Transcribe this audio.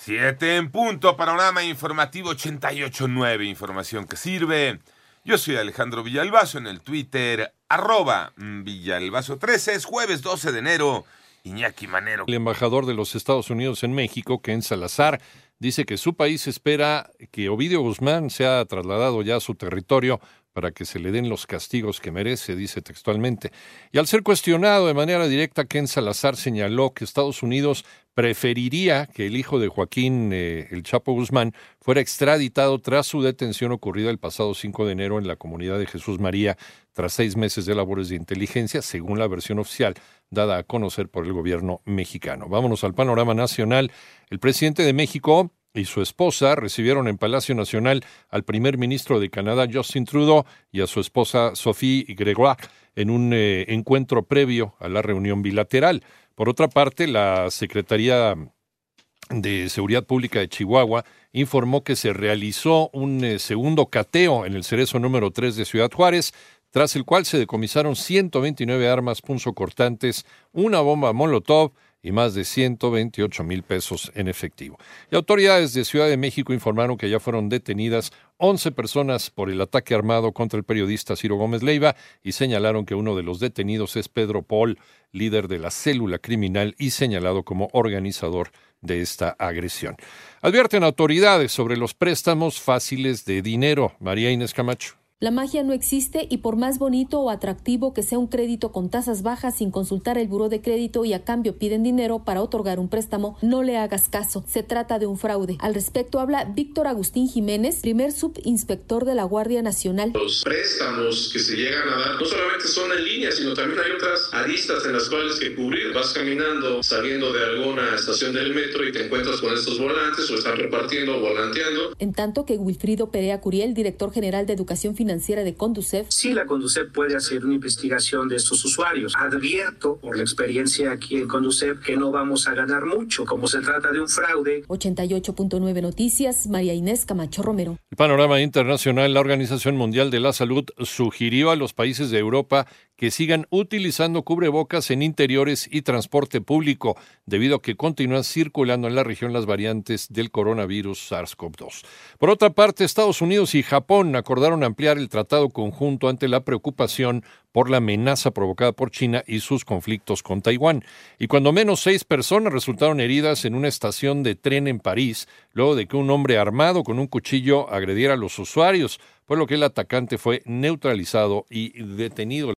7 en punto, panorama informativo 88.9, información que sirve. Yo soy Alejandro Villalbazo en el Twitter, @Villalbazo13, es jueves 12 de enero, Iñaki Manero. El embajador de los Estados Unidos en México, Ken Salazar, dice que su país espera que Ovidio Guzmán sea trasladado ya a su territorio para que se le den los castigos que merece, dice textualmente. Y al ser cuestionado de manera directa, Ken Salazar señaló que Estados Unidos preferiría que el hijo de Joaquín, el Chapo Guzmán, fuera extraditado tras su detención ocurrida el pasado 5 de enero en la comunidad de Jesús María, tras 6 meses de labores de inteligencia, según la versión oficial dada a conocer por el gobierno mexicano. Vámonos al panorama nacional. El presidente de México y su esposa recibieron en Palacio Nacional al primer ministro de Canadá, Justin Trudeau, y a su esposa, Sophie Gregoire, en un encuentro previo a la reunión bilateral. Por otra parte, la Secretaría de Seguridad Pública de Chihuahua informó que se realizó un segundo cateo en el Cerezo número 3 de Ciudad Juárez, tras el cual se decomisaron 129 armas punzocortantes, una bomba Molotov y más de 128,000 pesos en efectivo. Y autoridades de Ciudad de México informaron que ya fueron detenidas 11 personas por el ataque armado contra el periodista Ciro Gómez Leiva y señalaron que uno de los detenidos es Pedro Paul, líder de la célula criminal y señalado como organizador de esta agresión. Advierten autoridades sobre los préstamos fáciles de dinero. María Inés Camacho. La magia no existe y por más bonito o atractivo que sea un crédito con tasas bajas sin consultar el buró de crédito y a cambio piden dinero para otorgar un préstamo, no le hagas caso. Se trata de un fraude. Al respecto habla Víctor Agustín Jiménez, primer subinspector de la Guardia Nacional. Los préstamos que se llegan a dar no solamente son en línea, sino también hay otras aristas en las cuales que cubrir. Vas caminando, saliendo de alguna estación del metro y te encuentras con estos volantes o están repartiendo o volanteando. En tanto que Wilfrido Perea Curiel, director general de Educación Financiera de Conducef. Sí, la Conducef puede hacer una investigación de estos usuarios. Advierto, por la experiencia aquí en Conducef, que no vamos a ganar mucho, como se trata de un fraude. 88.9 Noticias, María Inés Camacho Romero. El panorama internacional. La Organización Mundial de la Salud sugirió a los países de Europa que sigan utilizando cubrebocas en interiores y transporte público, debido a que continúan circulando en la región las variantes del coronavirus SARS-CoV-2. Por otra parte, Estados Unidos y Japón acordaron ampliar el tratado conjunto ante la preocupación por la amenaza provocada por China y sus conflictos con Taiwán. Y cuando menos 6 personas resultaron heridas en una estación de tren en París, luego de que un hombre armado con un cuchillo agrediera a los usuarios, por lo que el atacante fue neutralizado y detenido.